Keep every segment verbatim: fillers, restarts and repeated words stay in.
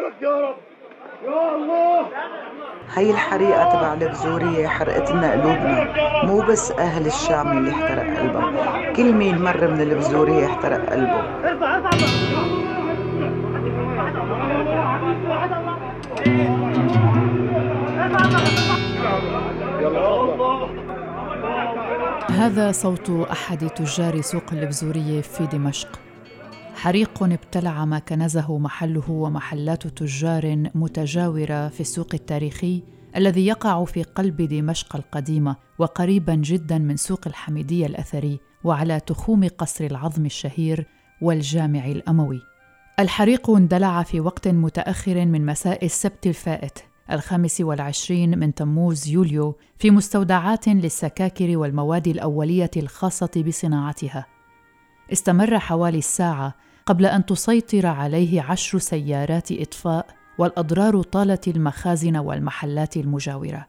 خيرك يا رب يا الله. هاي الحريقة تبع البزورية حرقت لنا قلوبنا، مو بس أهل الشام اللي احترق قلبه، كل مين مر من البزورية احترق قلبه. هذا صوت أحد تجار سوق البزورية في دمشق. حريق ابتلع ما كنزه محله ومحلات تجار متجاورة في السوق التاريخي الذي يقع في قلب دمشق القديمة وقريباً جداً من سوق الحميدية الأثري وعلى تخوم قصر العظم الشهير والجامع الأموي. الحريق اندلع في وقت متأخر من مساء السبت الفائت الخامس والعشرين من تموز يوليو في مستودعات للسكاكر والمواد الأولية الخاصة بصناعتها. استمر حوالي الساعة قبل أن تسيطر عليه عشر سيارات إطفاء، والأضرار طالت المخازن والمحلات المجاورة.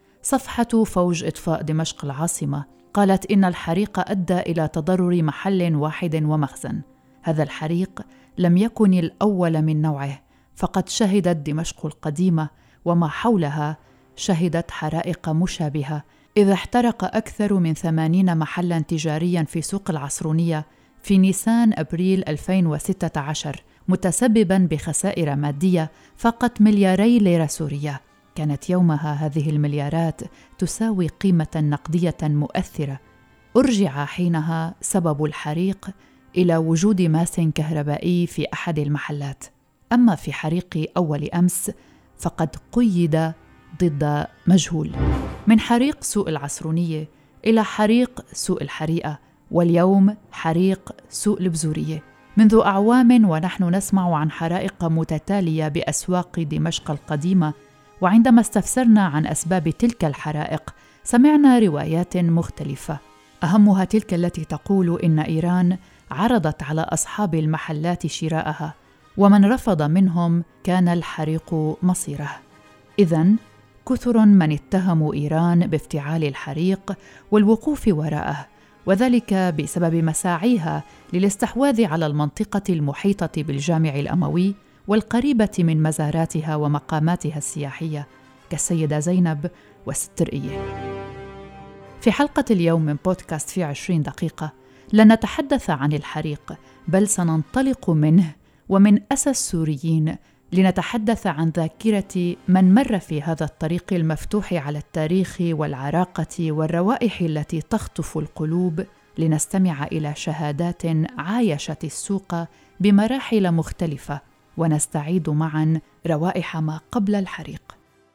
صفحة فوج إطفاء دمشق العاصمة قالت إن الحريق أدى إلى تضرر محل واحد ومخزن. هذا الحريق لم يكن الأول من نوعه، فقد شهدت دمشق القديمة وما حولها شهدت حرائق مشابهة، إذا احترق أكثر من ثمانين محلاً تجارياً في سوق العصرونية في نيسان أبريل ألفين وستة عشر، متسبباً بخسائر مادية فقط ملياري ليرة سورية. كانت يومها هذه المليارات تساوي قيمة نقدية مؤثرة. أرجع حينها سبب الحريق إلى وجود ماس كهربائي في أحد المحلات. أما في حريق أول أمس فقد قيد ضد مجهول. من حريق سوق العصرونية إلى حريق سوق الحريقة، واليوم حريق سوق البزورية. منذ أعوام ونحن نسمع عن حرائق متتالية بأسواق دمشق القديمة، وعندما استفسرنا عن أسباب تلك الحرائق سمعنا روايات مختلفة، أهمها تلك التي تقول إن إيران عرضت على أصحاب المحلات شراءها، ومن رفض منهم كان الحريق مصيره. إذن كثر من اتهموا إيران بافتعال الحريق والوقوف وراءه، وذلك بسبب مساعيها للاستحواذ على المنطقة المحيطة بالجامع الأموي والقريبة من مزاراتها ومقاماتها السياحية كالسيدة زينب والست رقية. في حلقة اليوم من بودكاست في عشرين دقيقة لن نتحدث عن الحريق، بل سننطلق منه ومن أسى السوريين لنتحدث عن ذاكرة من مر في هذا الطريق المفتوح على التاريخ والعراقة والروائح التي تخطف القلوب، لنستمع إلى شهادات عايشت السوق بمراحل مختلفة ونستعيد معاً روائح ما قبل الحريق.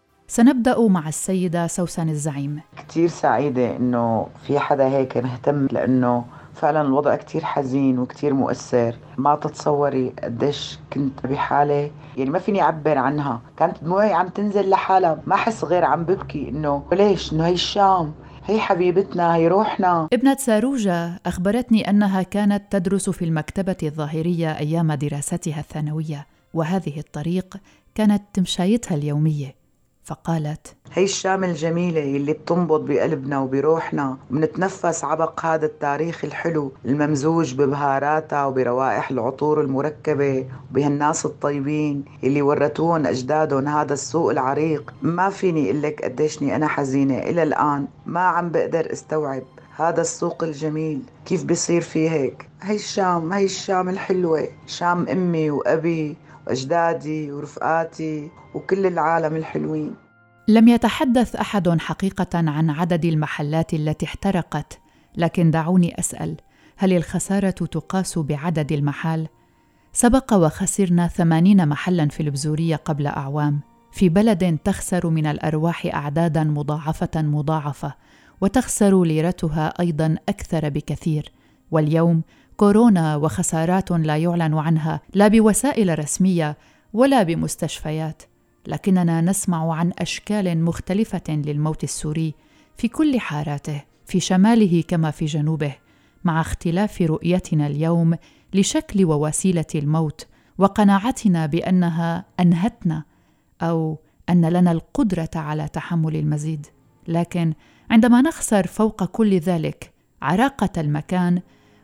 سنبدأ مع السيدة سوسن الزعيم. كتير سعيدة إنه في حدا هيك نهتم، لأنه فعلا الوضع كتير حزين وكتير مؤثر. ما تتصوري قديش كنت بحالة يعني ما فيني أعبر عنها. كانت دموعي عم تنزل لحالها، ما أحس غير عم ببكي إنه ليش، إنه هي الشام، هي حبيبتنا، هي روحنا. ابنة ساروجة أخبرتني أنها كانت تدرس في المكتبة الظاهرية أيام دراستها الثانوية، وهذه الطريق كانت مشايتها اليومية. فقالت: هي الشام الجميلة اللي بتنبض بقلبنا وبروحنا، وبنتنفس عبق هذا التاريخ الحلو الممزوج ببهاراتها وبروائح العطور المركبة وبهالناس الطيبين اللي ورثوهم أجدادهم هذا السوق العريق. ما فيني أقلك قديشني أنا حزينة إلى الآن، ما عم بقدر استوعب هذا السوق الجميل كيف بيصير فيه هيك. هي الشام، هي الشام الحلوة، شام أمي وأبي وأجدادي ورفقاتي وكل العالم الحلوين. لم يتحدث أحد حقيقة عن عدد المحلات التي احترقت، لكن دعوني أسأل: هل الخسارة تقاس بعدد المحال؟ سبق وخسرنا ثمانين محلا في البزورية قبل أعوام، في بلد تخسر من الأرواح أعدادا مضاعفة مضاعفة، وتخسر ليرتها أيضا أكثر بكثير. واليوم كورونا وخسارات لا يعلن عنها لا بوسائل رسمية ولا بمستشفيات، لكننا نسمع عن أشكال مختلفة للموت السوري في كل حاراته، في شماله كما في جنوبه، مع اختلاف رؤيتنا اليوم لشكل ووسيلة الموت وقناعتنا بأنها أنهتنا أو أن لنا القدرة على تحمل المزيد. لكن عندما نخسر فوق كل ذلك عراقة المكان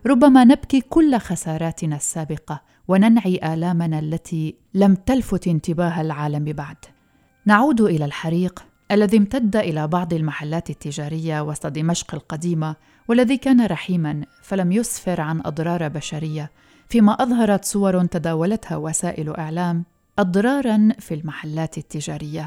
ربما نبكي كل خساراتنا السابقة وننعي آلامنا التي لم تلفت انتباه العالم بعد. نعود إلى الحريق الذي امتد إلى بعض المحلات التجارية وسط دمشق القديمة، والذي كان رحيماً فلم يسفر عن أضرار بشرية، فيما أظهرت صور تداولتها وسائل إعلام أضراراً في المحلات التجارية.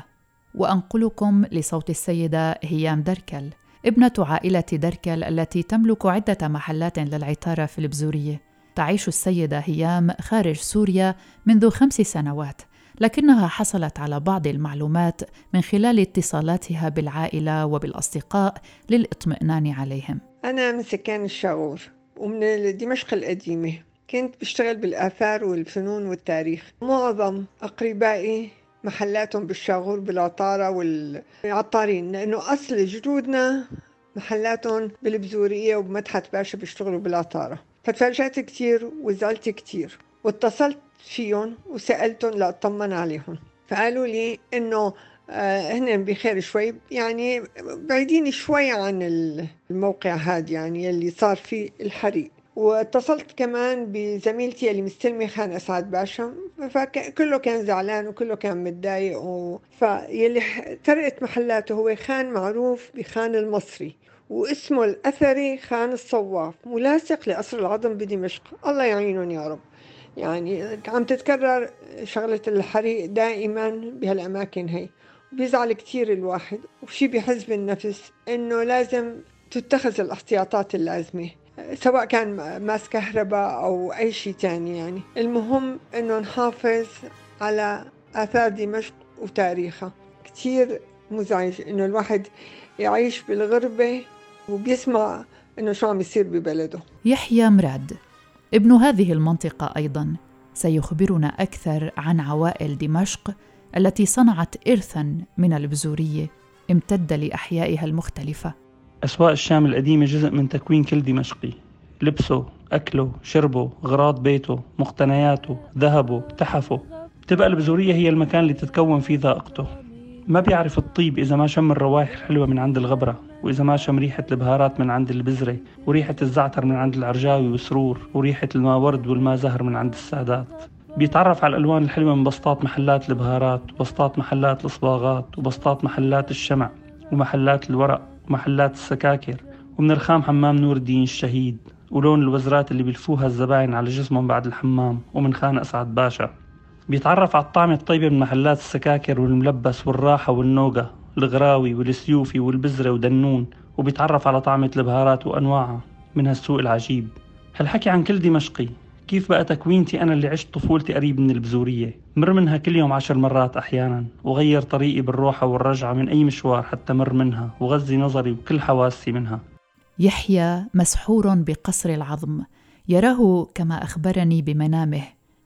وأنقلكم لصوت السيدة هيام دركل، ابنة عائلة دركل التي تملك عدة محلات للعطارة في البزورية. تعيش السيدة هيام خارج سوريا منذ خمس سنوات، لكنها حصلت على بعض المعلومات من خلال اتصالاتها بالعائلة وبالأصدقاء للإطمئنان عليهم. أنا من سكان الشاغور ومن دمشق القديمة، كنت بشتغل بالآثار والفنون والتاريخ. معظم أقربائي محلاتهم بالشاغور بالعطارة والعطارين، لأنه أصل جدودنا محلاتهم بالبزورية وبمدحت باشا بيشتغلوا بالعطارة. فتفاجأت كتير وزعلت كتير، واتصلت فيهم وسألتهم لأطمن عليهم، فقالوا لي إنه آه هن بخير شوي، يعني بعيدين شوي عن الموقع هذا يعني اللي صار فيه الحريق. واتصلت كمان بزميلتي اللي مستلمة خان أسعد باشا، فكله كان زعلان وكله كان متضايق. و... فيلي ترقت محلاته هو خان معروف بخان المصري، واسمه الأثري خان الصواف، ملاصق لقصر العظم بدمشق. الله يعينهم يا رب. يعني عم تتكرر شغلة الحريق دائما بهالأماكن هي، بيزعل كتير الواحد، وشي بيحز بالنفس إنه لازم تتخذ الاحتياطات اللازمة، سواء كان ماس كهرباء أو أي شيء تاني. يعني المهم إنه نحافظ على آثار دمشق وتاريخها. كتير مزعج إنه الواحد يعيش بالغربة وبيسمع إنه شو عم يصير ببلده. يحيى مراد ابن هذه المنطقة أيضاً سيخبرنا أكثر عن عوائل دمشق التي صنعت إرثاً من البزورية امتد لأحيائها المختلفة. أسواق الشام القديمة جزء من تكوين كل دمشقي، لبسه، أكله، شربه، أغراض بيته، مقتنياته، ذهبه، تحفه. تبقى البزورية هي المكان اللي تتكون فيه ذائقته. ما بيعرف الطيب إذا ما شم الروائح الحلوة من عند الغبرة، وإذا ما شم ريحة البهارات من عند البزرة، وريحة الزعتر من عند العرجاوي وسرور، وريحة الماورد والمازهر من عند السادات. بيتعرف على الألوان الحلوة من بسطات محلات البهارات، وبسطات محلات الإصباغات، وبسطات محلات الشمع، ومحلات الورق، ومحلات السكاكر، ومن رخام حمام نور الدين الشهيد، ولون الوزرات اللي بيلفوها الزباين على جسمهم بعد الحمام، ومن خان أسعد باشا. بيتعرف على الطعمة الطيبة من محلات السكاكر والملبس والراحة والنوغة، الغراوي والسيوفي والبزرة ودنون، وبيتعرف على طعمة البهارات وأنواعها من هالسوق العجيب. هالحكي عن كل دمشقي. كيف بقى تكوينتي أنا اللي عشت طفولتي قريب من البزورية، مر منها كل يوم عشر مرات أحيانا، وغير طريقي بالروحة والرجعة من أي مشوار حتى مر منها، وغذي نظري وكل حواسي منها. يحيى مسحور بقصر العظم، يراه كما أخبرني بمنامه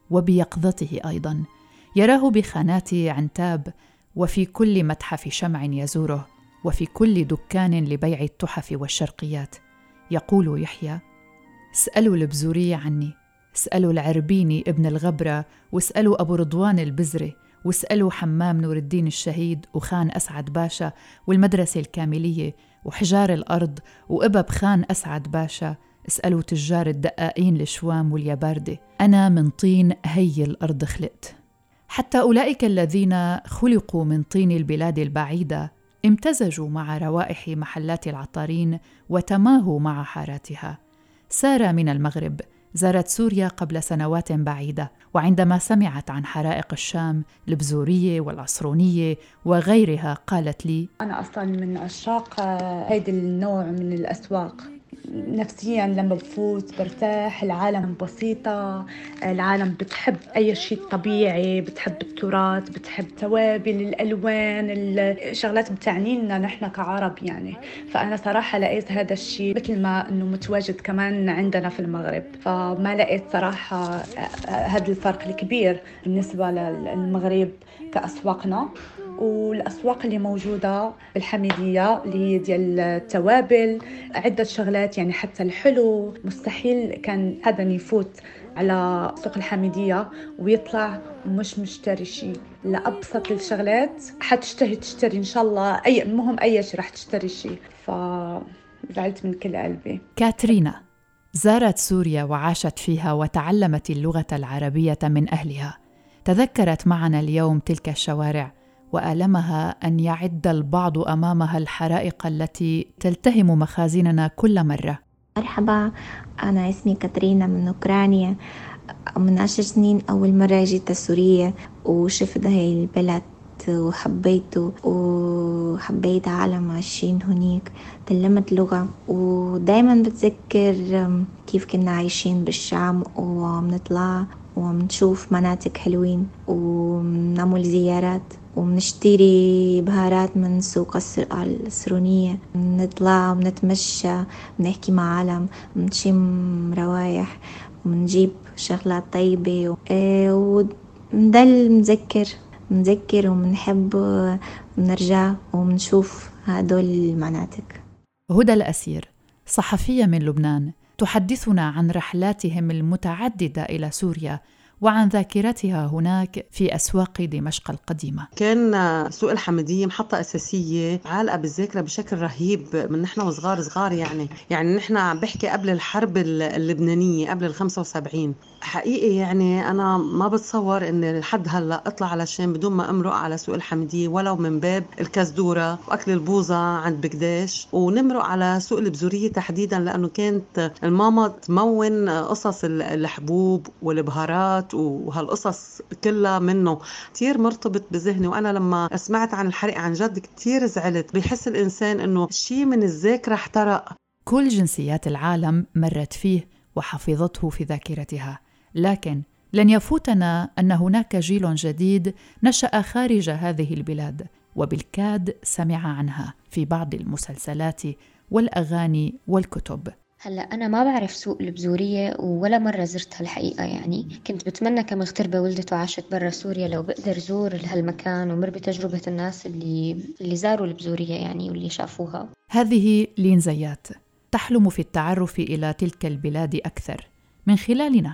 وبيقظته أيضا، يراه بخانات عنتاب، وفي كل متحف شمع يزوره، وفي كل دكان لبيع التحف والشرقيات. يقول يحيى: اسألوا البزورية عني، اسألوا العربيني ابن الغبرة، واسألوا أبو رضوان البزري، واسألوا حمام نور الدين الشهيد وخان أسعد باشا والمدرسة الكاملية وحجار الأرض وأبب خان أسعد باشا. اسألوا تجار الدقائين الشوام واليباردة. أنا من طين هي الأرض خلقت. حتى أولئك الذين خلقوا من طين البلاد البعيدة امتزجوا مع روائح محلات العطارين وتماهوا مع حاراتها. سارة من المغرب زارت سوريا قبل سنوات بعيدة، وعندما سمعت عن حرائق الشام البزورية والعصرونية وغيرها قالت لي: أنا أصلاً من عشاق هيدا النوع من الأسواق. نفسياً لما بفوت برتاح، العالم بسيطة، العالم بتحب أي شيء طبيعي، بتحب التراث، بتحب توابل الألوان، الشغلات بتعنينا نحن كعرب يعني. فأنا صراحة لقيت هذا الشيء مثل ما أنه متواجد كمان عندنا في المغرب، فما لقيت صراحة هذا الفرق الكبير بالنسبة للمغرب كأسواقنا. والأسواق اللي موجودة بالحميدية اللي هي ديال التوابل، عدة شغلات يعني حتى الحلو. مستحيل كان حدا يفوت على سوق الحميدية ويطلع مش مشتري شيء. لأبسط الشغلات حتشتهي تشتري إن شاء الله، أي المهم أي شيء رح تشتري شيء. فزعلت من كل قلبي. كاترينا زارت سوريا وعاشت فيها وتعلمت اللغة العربية من أهلها. تذكرت معنا اليوم تلك الشوارع وألمها أن يعد البعض أمامها الحرائق التي تلتهم مخازننا كل مرة. مرحبا، أنا اسمي كاترينا من أوكرانيا. من عشر سنين أول مرة جيت سوريا وشفت هاي البلد وحبيته وحبيت عالم عايشين هناك. تعلمت لغة ودايما بتذكر كيف كنا عايشين بالشام ومنطلع ومنشوف مناطق حلوين ومنعمل زيارات ومنشتري بهارات من سوق السرونية. نطلع ومنتمشى، بنحكي مع عالم، بنشم روايح ومنجيب شغلات طيبة ومنضل مذكر منذكر ومنحب ونرجع ومنشوف هدول المناطق. هدى الأسير صحفية من لبنان تحدثنا عن رحلاتهم المتعددة إلى سوريا وعن ذاكرتها هناك في أسواق دمشق القديمة. كان سوق الحمدية محطة أساسية عالقة بالذاكرة بشكل رهيب من نحن وصغار صغار يعني يعني نحن عم بحكي قبل الحرب اللبنانية قبل الخمسة وسبعين. حقيقي يعني أنا ما بتصور إن لحد هلأ أطلع على شام بدون ما أمرق على سوق الحمدية ولو من باب الكزدورة وأكل البوظة عند بقداش، ونمرق على سوق البزورية تحديدا لأنه كانت الماما تمون قصص الحبوب والبهارات وهالقصص كلها منه. كتير مرتبط بذهني، وأنا لما سمعت عن الحرق عن جد كتير زعلت. بيحس الإنسان إنه شيء من الذاكرة احترق. كل جنسيات العالم مرت فيه وحفظته في ذاكرتها، لكن لن يفوتنا أن هناك جيل جديد نشأ خارج هذه البلاد وبالكاد سمع عنها في بعض المسلسلات والأغاني والكتب. هلأ أنا ما بعرف سوق البزورية ولا مرة زرتها الحقيقة، يعني كنت بتمنى كمغتربة ولدت وعاشت برا سوريا لو بقدر زور هالمكان ومر بتجربة الناس اللي اللي زاروا البزورية يعني واللي شافوها. هذه لين زيات تحلم في التعرف إلى تلك البلاد أكثر من خلالنا،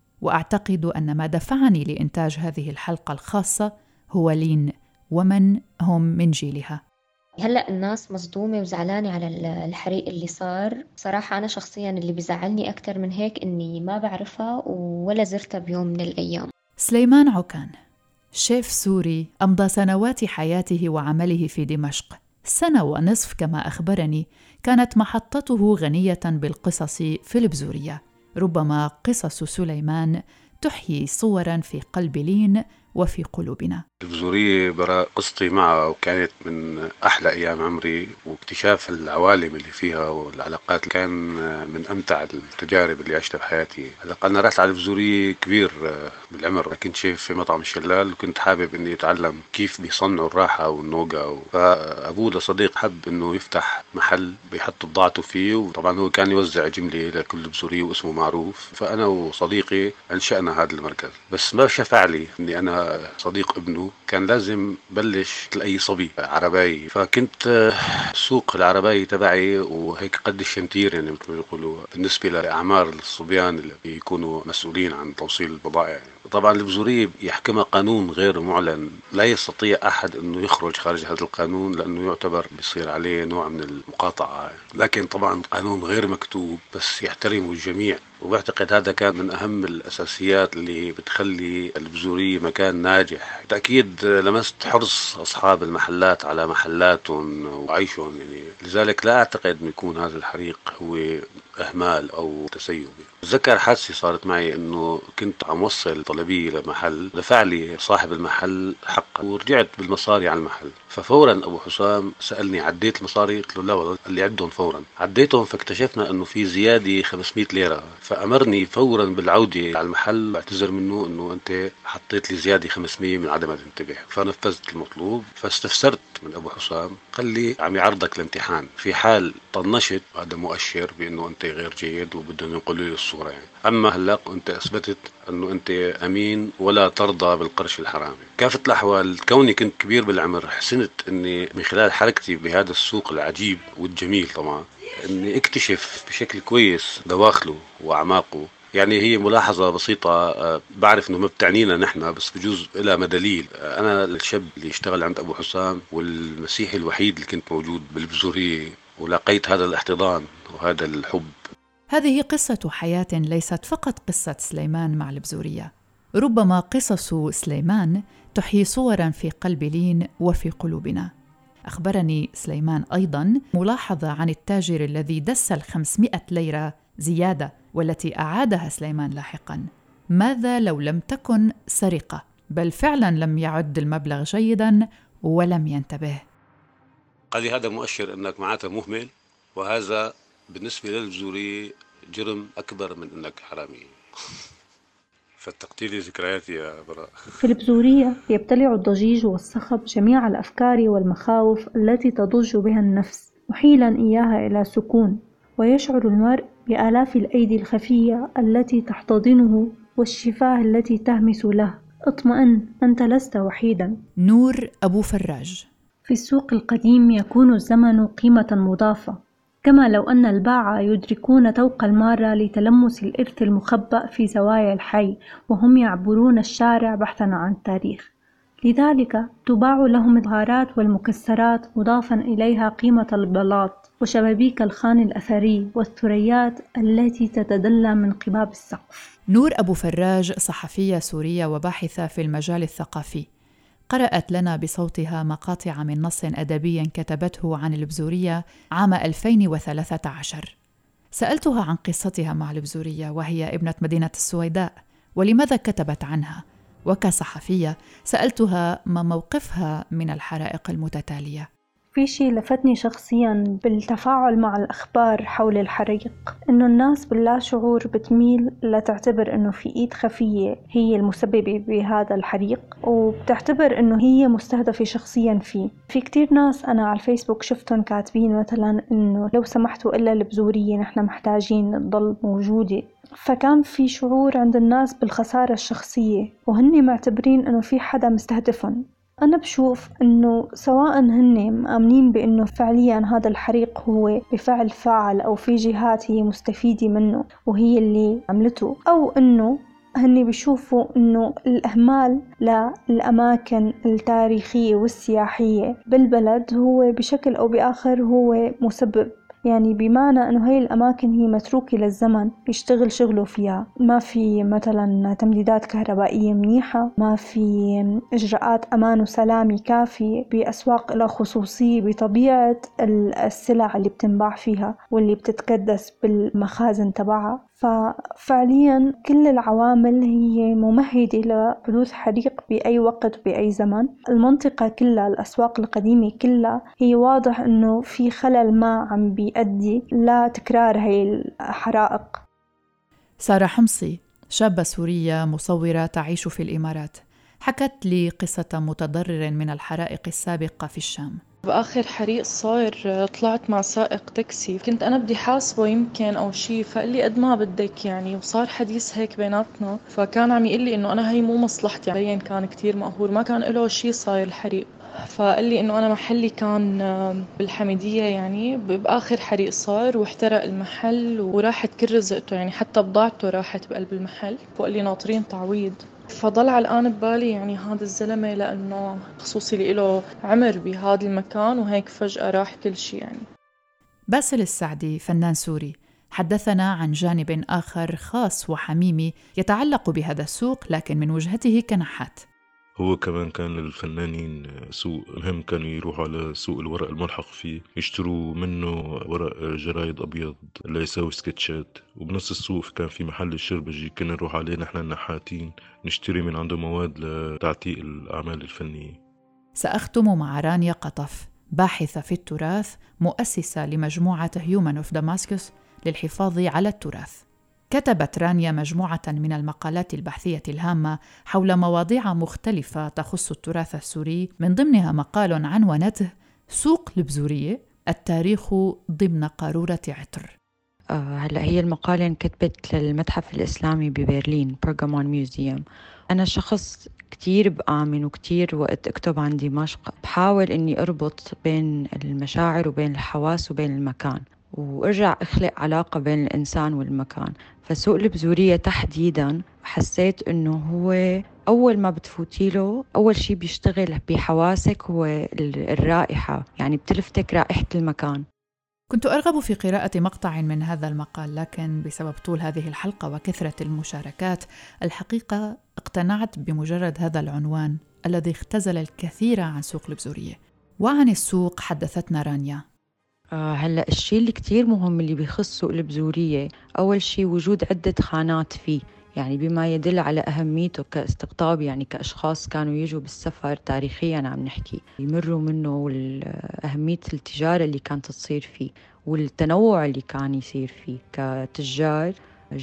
وأعتقد أن ما دفعني لإنتاج هذه الحلقة الخاصة هو لين ومن هم من جيلها. هلأ الناس مصدومة وزعلانة على الحريق اللي صار. صراحة أنا شخصياً اللي بيزعلني أكتر من هيك إني ما بعرفها ولا زرتها بيوم من الأيام. سليمان عكان شيف سوري أمضى سنوات حياته وعمله في دمشق، سنة ونصف كما أخبرني. كانت محطته غنية بالقصص في البزورية. ربما قصص سليمان تحيي صوراً في قلب لين وفي قلوبنا. البزورية برا قصتي معها وكانت من أحلى أيام عمري، واكتشاف العوالم اللي فيها والعلاقات كان من أمتع التجارب اللي عشتها بحياتي. هلا أنا رحت على البزورية كبير بالعمر، كنت شيف في مطعم الشلال وكنت حابب إني أتعلم كيف بيصنعوا الراحة والنوغة. فأبوه لصديق حب إنه يفتح محل بيحط بضاعته فيه، وطبعا هو كان يوزع جملة لكل بزورية واسمه معروف. فأنا وصديقي أنشأنا هذا المركز، بس ما شفع لي إني أنا صديق ابنه، كان لازم بلش لأي صبي عرباي. فكنت سوق العرباي تبعي وهيك قد الشنتير يعني مثل ما يقولوا بالنسبة لأعمار الصبيان اللي بيكونوا مسؤولين عن توصيل البضائع. طبعا البزورية يحكمها قانون غير معلن، لا يستطيع أحد أنه يخرج خارج هذا القانون لأنه يعتبر بيصير عليه نوع من المقاطعة. لكن طبعا قانون غير مكتوب بس يحترمه الجميع، وبعتقد هذا كان من أهم الأساسيات اللي بتخلي البزورية مكان ناجح. تأكيد لمست حرص أصحاب المحلات على محلاتهم وعيشهم يعني، لذلك لا أعتقد أن يكون هذا الحريق هو إهمال أو تسيب. أتذكر حادثة صارت معي إنه كنت عم وصل طلبية لمحل، دفع لي صاحب المحل حقه ورجعت بالمصاري على المحل. ففورا أبو حسام سألني عديت المصاري؟ قلت له لا والله. قال لي عدهم فورا. عديتهم فاكتشفنا إنه في زيادة خمسمائة ليرة. فأمرني فورا بالعودة على المحل واعتذر منه إنه أنت حطيت لي زيادة خمسمائة من عدم الانتباه. فنفذت المطلوب. فاستفسرت من أبو حسام، قال لي عم يعرضك الامتحان، في حال طنشت هذا مؤشر بأنه أنت غير جيد وبدهم ينقلوا لي الصورة يعني. أما هلأ أنت أثبتت أنه أنت أمين ولا ترضى بالقرش الحرامي. كافة الأحوال كوني كنت كبير بالعمر حسنت أني من خلال حركتي بهذا السوق العجيب والجميل طبعا أني اكتشف بشكل كويس دواخله وأعماقه. يعني هي ملاحظة بسيطة بعرف أنه ما بتعنينا نحن، بس بجوز إلى مدليل. أنا الشاب اللي اشتغل عند أبو حسام والمسيحي الوحيد اللي كنت موجود بالبزورية، ولقيت هذا الاحتضان وهذا الحب. هذه قصة حياة ليست فقط قصة سليمان مع البزورية، ربما قصص سليمان تحيي صوراً في قلب لين وفي قلوبنا. أخبرني سليمان أيضاً ملاحظة عن التاجر الذي دس الخمسمائة ليرة زيادة والتي أعادها سليمان لاحقاً. ماذا لو لم تكن سرقة، بل فعلاً لم يعد المبلغ جيداً ولم ينتبه؟ قال لي هذا مؤشر أنك معناتها مهمل، وهذا بالنسبة للبزورية جرم أكبر من أنك حرامي. فتقتي لي ذكرياتي يا براء. في البزورية يبتلع الضجيج والصخب جميع الأفكار والمخاوف التي تضج بها النفس، محيلا إياها إلى سكون، ويشعر المرء بآلاف الأيدي الخفية التي تحتضنه والشفاه التي تهمس له: اطمئن، أنت لست وحيدا. نور أبو فراج. في السوق القديم يكون الزمن قيمة مضافة، كما لو أن الباعة يدركون توق المارة لتلمس الإرث المخبأ في زوايا الحي وهم يعبرون الشارع بحثاً عن التاريخ. لذلك تباع لهم البهارات والمكسرات، مضافاً إليها قيمة البلاط وشبابيك الخان الأثري والثريات التي تتدلى من قباب السقف. نور أبو فراج صحفية سورية وباحثة في المجال الثقافي، قرأت لنا بصوتها مقاطع من نص أدبي كتبته عن البزورية عام ألفين وثلاثة عشر. سألتها عن قصتها مع البزورية وهي ابنة مدينة السويداء، ولماذا كتبت عنها، وكصحفية سألتها ما موقفها من الحرائق المتتالية. في شيء لفتني شخصياً بالتفاعل مع الأخبار حول الحريق، إنه الناس باللا شعور بتميل لتعتبر إنه في إيد خفية هي المسببة بهذا الحريق، وبتعتبر إنه هي مستهدفة شخصياً فيه. في كتير ناس أنا على الفيسبوك شفتهم كاتبين مثلاً إنه لو سمحتوا إلا البزورية نحن محتاجين نضل موجودة. فكان في شعور عند الناس بالخسارة الشخصية، وهن معتبرين إنه في حدا مستهدفهم. أنا بشوف إنه سواء هن مآمنين بإنه فعلياً هذا الحريق هو بفعل فاعل أو في جهات هي مستفيدة منه وهي اللي عملته، أو إنه هن بيشوفوا إنه الإهمال للأماكن التاريخية والسياحية بالبلد هو بشكل أو بآخر هو مسبب، يعني بمعنى أنه هاي الأماكن هي متروكة للزمن يشتغل شغله فيها، ما في مثلا تمديدات كهربائية منيحة، ما في إجراءات أمان وسلامة كافية، بأسواق لها خصوصية بطبيعة السلع اللي بتنباع فيها واللي بتتكدس بالمخازن تبعها. ففعليا كل العوامل هي ممهدة لحدوث حريق بأي وقت بأي زمن. المنطقة كلها، الأسواق القديمة كلها، هي واضح أنه في خلل ما عم بيؤدي لتكرار هاي الحرائق. سارة حمصي، شابة سورية مصورة تعيش في الإمارات، حكت لي قصة متضرر من الحرائق السابقة في الشام. بآخر حريق صاير طلعت مع سائق تاكسي، كنت أنا بدي حاسبه يمكن أو شي، فقال لي قد ما بدك يعني، وصار حديث هيك بيناتنا. فكان عم يقول لي إنه أنا هاي مو مصلحتي، بين كان كتير مقهور، ما كان له شي صاير الحريق. فقال لي إنه أنا محلي كان بالحميدية يعني، بآخر حريق صار واحترق المحل وراحت كل رزقته، يعني حتى بضاعته راحت بقلب المحل، وقال لي ناطرين تعويض. فضل على الآن ببالي يعني هذا الزلمة، لأنه خصوصي لي له عمر بهذا المكان وهيك فجأة راح كل شيء يعني. باسل السعدي، فنان سوري، حدثنا عن جانب آخر خاص وحميمي يتعلق بهذا السوق، لكن من وجهته كنحات. هو كمان كان للفنانين سوق مهم، كانوا يروحوا على سوق الورق الملحق فيه يشتروا منه ورق جرايد أبيض اللي يساوي سكتشات، وبنص السوق كان في محل الشربجي كنا نروح عليه نحن النحاتين نشتري من عنده مواد لتعتيق الأعمال الفنية. سأختم مع رانيا قطف، باحثة في التراث، مؤسسة لمجموعة هيومن اوف دماسكس للحفاظ على التراث. كتبت رانيا مجموعة من المقالات البحثية الهامة حول مواضيع مختلفة تخص التراث السوري، من ضمنها مقال عنوانته سوق البزورية، التاريخ ضمن قارورة عطر. آه هلأ هي المقالة انكتبت للمتحف الإسلامي ببرلين، برغامون ميوزيوم. أنا شخص كتير بآمن وكتير وقت أكتب عن دمشق بحاول إني أربط بين المشاعر وبين الحواس وبين المكان، وارجع اخلق علاقة بين الإنسان والمكان. فسوق البزورية تحديداً حسيت إنه هو أول ما بتفوتي له أول شي بيشتغل بحواسك هو الرائحة، يعني بتلفتك رائحة المكان. كنت أرغب في قراءة مقطع من هذا المقال، لكن بسبب طول هذه الحلقة وكثرة المشاركات الحقيقة اقتنعت بمجرد هذا العنوان الذي اختزل الكثير عن سوق البزورية. وعن السوق حدثتنا رانيا. آه هلأ الشيء اللي كتير مهم اللي بيخص سوق البزورية، أول شيء وجود عدة خانات فيه، يعني بما يدل على أهميته كاستقطاب، يعني كأشخاص كانوا يجوا بالسفر تاريخياً عم نحكي يمروا منه، والأهمية التجارة اللي كانت تصير فيه والتنوع اللي كان يصير فيه كتجار،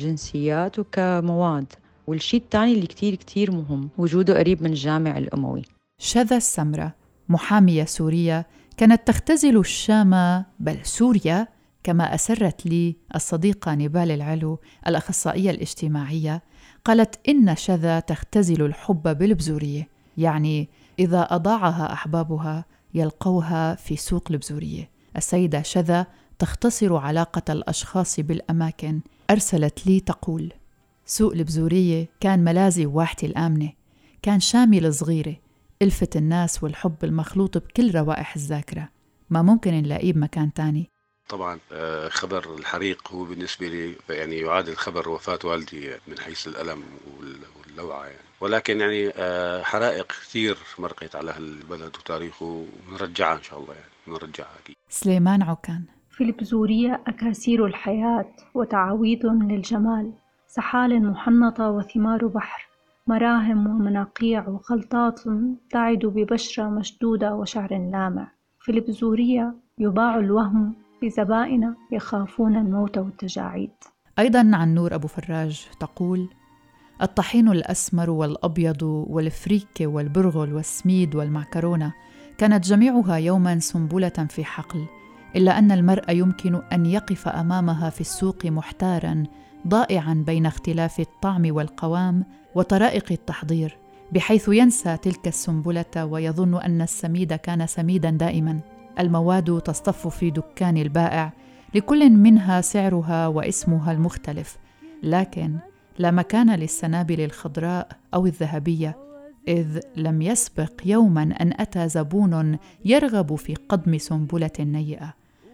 جنسيات وكمواد. والشيء الثاني اللي كتير كتير مهم وجوده قريب من الجامع الأموي. شذى السمرة محامية سورية كانت تختزل الشام بل سوريا، كما أسرت لي الصديقة نبال العلو الأخصائية الاجتماعية. قالت إن شذى تختزل الحب بالبزورية، يعني إذا أضاعها أحبابها يلقوها في سوق البزورية. السيدة شذى تختصر علاقة الأشخاص بالأماكن. أرسلت لي تقول: سوق البزورية كان ملاذي وواحتي الآمنة، كان شامل صغيرة، ألفت الناس والحب المخلوط بكل روائح الذاكرة، ما ممكن نلاقيه بمكان تاني. طبعا خبر الحريق هو بالنسبة لي يعني يعادل خبر وفاة والدي من حيث الألم واللوعة يعني. ولكن يعني حرائق كثير مرقت على هالبلد وتاريخه، ونرجعها إن شاء الله، يعني نرجعها أكيد. سليمان عكان. في البزورية أكاسير الحياة وتعاويض للجمال، سحال محنطة وثمار بحر، مراهم ومناقيع وخلطات تعد ببشرة مشدودة وشعر لامع. في البزورية يباع الوهم بزبائن يخافون الموت والتجاعيد. أيضاً عن نور أبو فراج تقول: الطحين الأسمر والأبيض والفريكة والبرغل والسميد والمعكرونة كانت جميعها يوماً سنبلة في حقل، إلا أن المرء يمكن أن يقف أمامها في السوق محتاراً ضائعاً بين اختلاف الطعم والقوام وطرائق التحضير، بحيث ينسى تلك السنبلة ويظن أن السميد كان سميداً دائماً. المواد تصطف في دكان البائع، لكل منها سعرها واسمها المختلف، لكن لا مكان للسنابل الخضراء أو الذهبية، إذ لم يسبق يوماً أن أتى زبون يرغب في قضم سنبلة نيئة.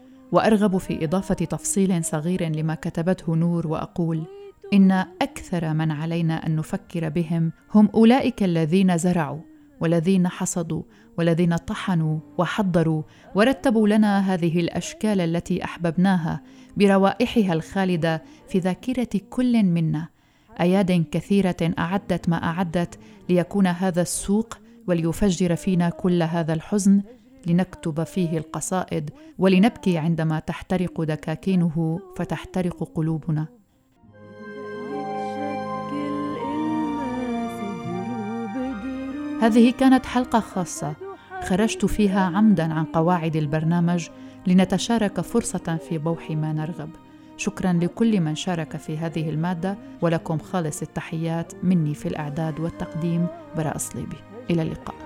وأرغب في إضافة تفصيل صغير لما كتبته نور وأقول: إن أكثر من علينا أن نفكر بهم هم أولئك الذين زرعوا والذين حصدوا والذين طحنوا وحضروا ورتبوا لنا هذه الأشكال التي أحببناها بروائحها الخالدة في ذاكرة كل منا. أياد كثيرة أعدت ما أعدت ليكون هذا السوق وليفجر فينا كل هذا الحزن، لنكتب فيه القصائد ولنبكي عندما تحترق دكاكينه فتحترق قلوبنا. هذه كانت حلقة خاصة خرجت فيها عمداً عن قواعد البرنامج لنتشارك فرصة في بوح ما نرغب. شكراً لكل من شارك في هذه المادة، ولكم خالص التحيات مني في الإعداد والتقديم براء صليبي. إلى اللقاء.